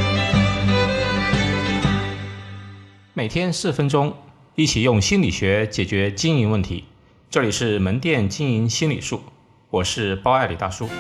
每天4分钟，一起用心理学解决经营问题。这里是门店经营心理术，我是包爱李大叔。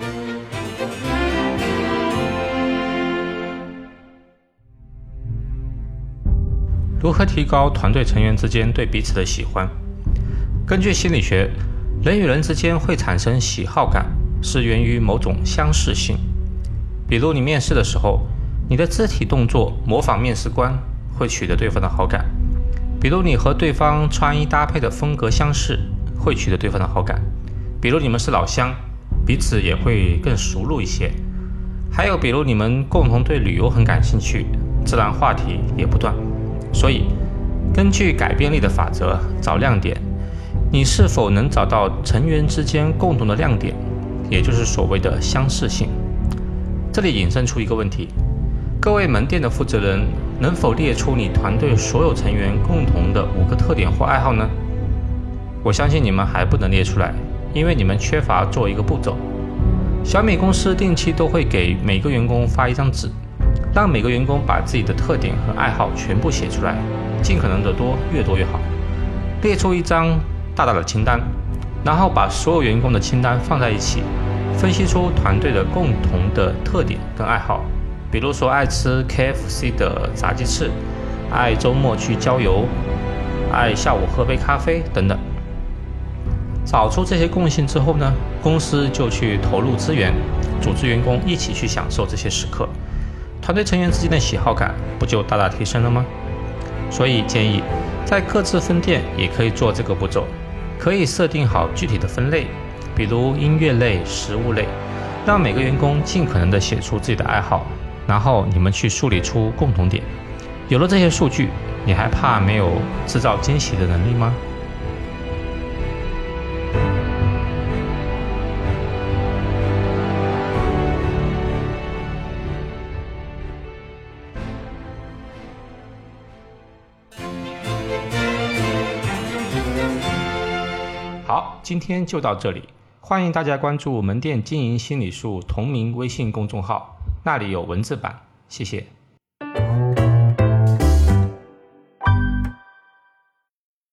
如何提高团队成员之间对彼此的喜欢？根据心理学，人与人之间会产生喜好感，是源于某种相似性。比如你面试的时候，你的肢体动作模仿面试官，会取得对方的好感；比如你和对方穿衣搭配的风格相似，会取得对方的好感；比如你们是老乡，彼此也会更熟络一些；还有比如你们共同对旅游很感兴趣，自然话题也不断。所以根据改变力的法则找亮点，你是否能找到成员之间共同的亮点，也就是所谓的相似性。这里引申出一个问题，各位门店的负责人能否列出你团队所有成员共同的5个特点或爱好呢？我相信你们还不能列出来，因为你们缺乏做一个步骤。小米公司定期都会给每个员工发一张纸，让每个员工把自己的特点和爱好全部写出来，尽可能的多，越多越好。列出一张大大的清单，然后把所有员工的清单放在一起，分析出团队的共同的特点跟爱好。比如说爱吃 KFC 的炸鸡翅，爱周末去郊游，爱下午喝杯咖啡等等。找出这些共性之后呢，公司就去投入资源，组织员工一起去享受这些时刻，团队成员之间的喜好感不就大大提升了吗？所以建议在各自分店也可以做这个步骤，可以设定好具体的分类，比如音乐类、食物类，让每个员工尽可能的写出自己的爱好，然后你们去梳理出共同点。有了这些数据，你还怕没有制造惊喜的能力吗？好，今天就到这里，欢迎大家关注门店经营心理术同名微信公众号，那里有文字版，谢谢。